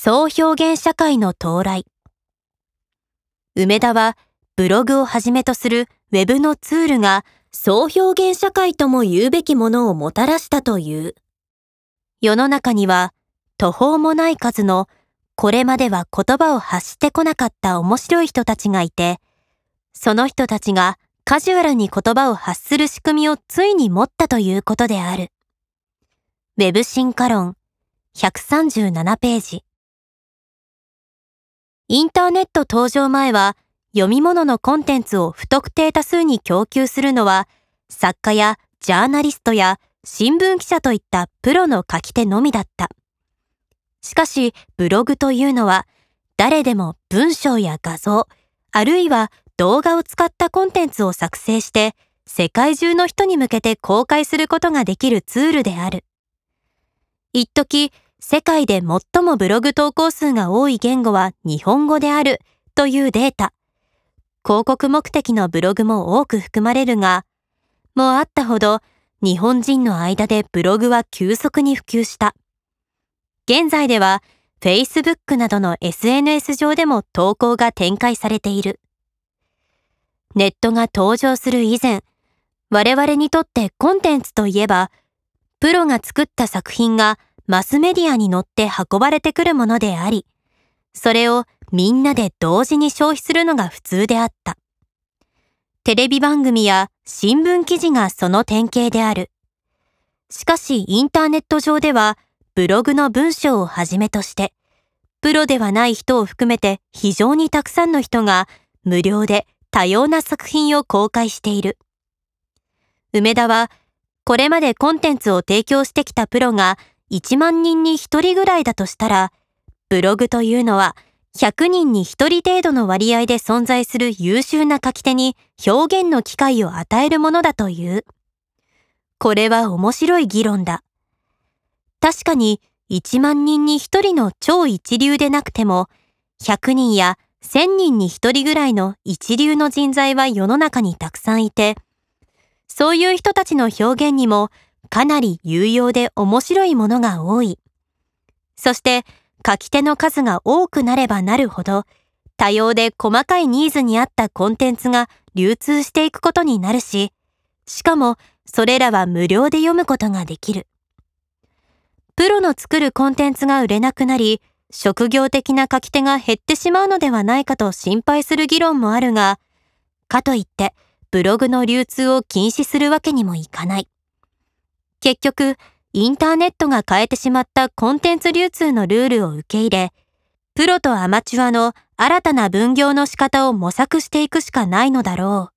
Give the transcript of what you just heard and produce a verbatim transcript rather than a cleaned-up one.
総表現社会の到来。梅田はブログをはじめとするウェブのツールが総表現社会とも言うべきものをもたらしたという。世の中には途方もない数のこれまでは言葉を発してこなかった面白い人たちがいて、その人たちがカジュアルに言葉を発する仕組みをついに持ったということである。ウェブ進化論ひゃくさんじゅうななページ。インターネット登場前は読み物のコンテンツを不特定多数に供給するのは作家やジャーナリストや新聞記者といったプロの書き手のみだった。しかしブログというのは誰でも文章や画像、あるいは動画を使ったコンテンツを作成して世界中の人に向けて公開することができるツールである。一時、世界で最もブログ投稿数が多い言語は日本語であるというデータ。広告目的のブログも多く含まれるが、もあったほど日本人の間でブログは急速に普及した。現在では Facebook などの エスエヌエス 上でも投稿が展開されている。ネットが登場する以前、我々にとってコンテンツといえば、プロが作った作品がマスメディアに乗って運ばれてくるものであり、それをみんなで同時に消費するのが普通であった。テレビ番組や新聞記事がその典型である。しかしインターネット上では、ブログの文章をはじめとして、プロではない人を含めて非常にたくさんの人が無料で多様な作品を公開している。梅田は、これまでコンテンツを提供してきたプロがいちまんにんにひとりぐらいだとしたら、ブログというのはひゃくにんにひとり程度の割合で存在する優秀な書き手に表現の機会を与えるものだという。これは面白い議論だ。確かにいちまんにんにひとりの超一流でなくても、ひゃくにんやせんにんにひとりぐらいの一流の人材は世の中にたくさんいて、そういう人たちの表現にもかなり有用で面白いものが多い。そして書き手の数が多くなればなるほど、多様で細かいニーズに合ったコンテンツが流通していくことになるし、しかもそれらは無料で読むことができる。プロの作るコンテンツが売れなくなり、職業的な書き手が減ってしまうのではないかと心配する議論もあるが、かといってブログの流通を禁止するわけにもいかない。結局、インターネットが変えてしまったコンテンツ流通のルールを受け入れ、プロとアマチュアの新たな分業の仕方を模索していくしかないのだろう。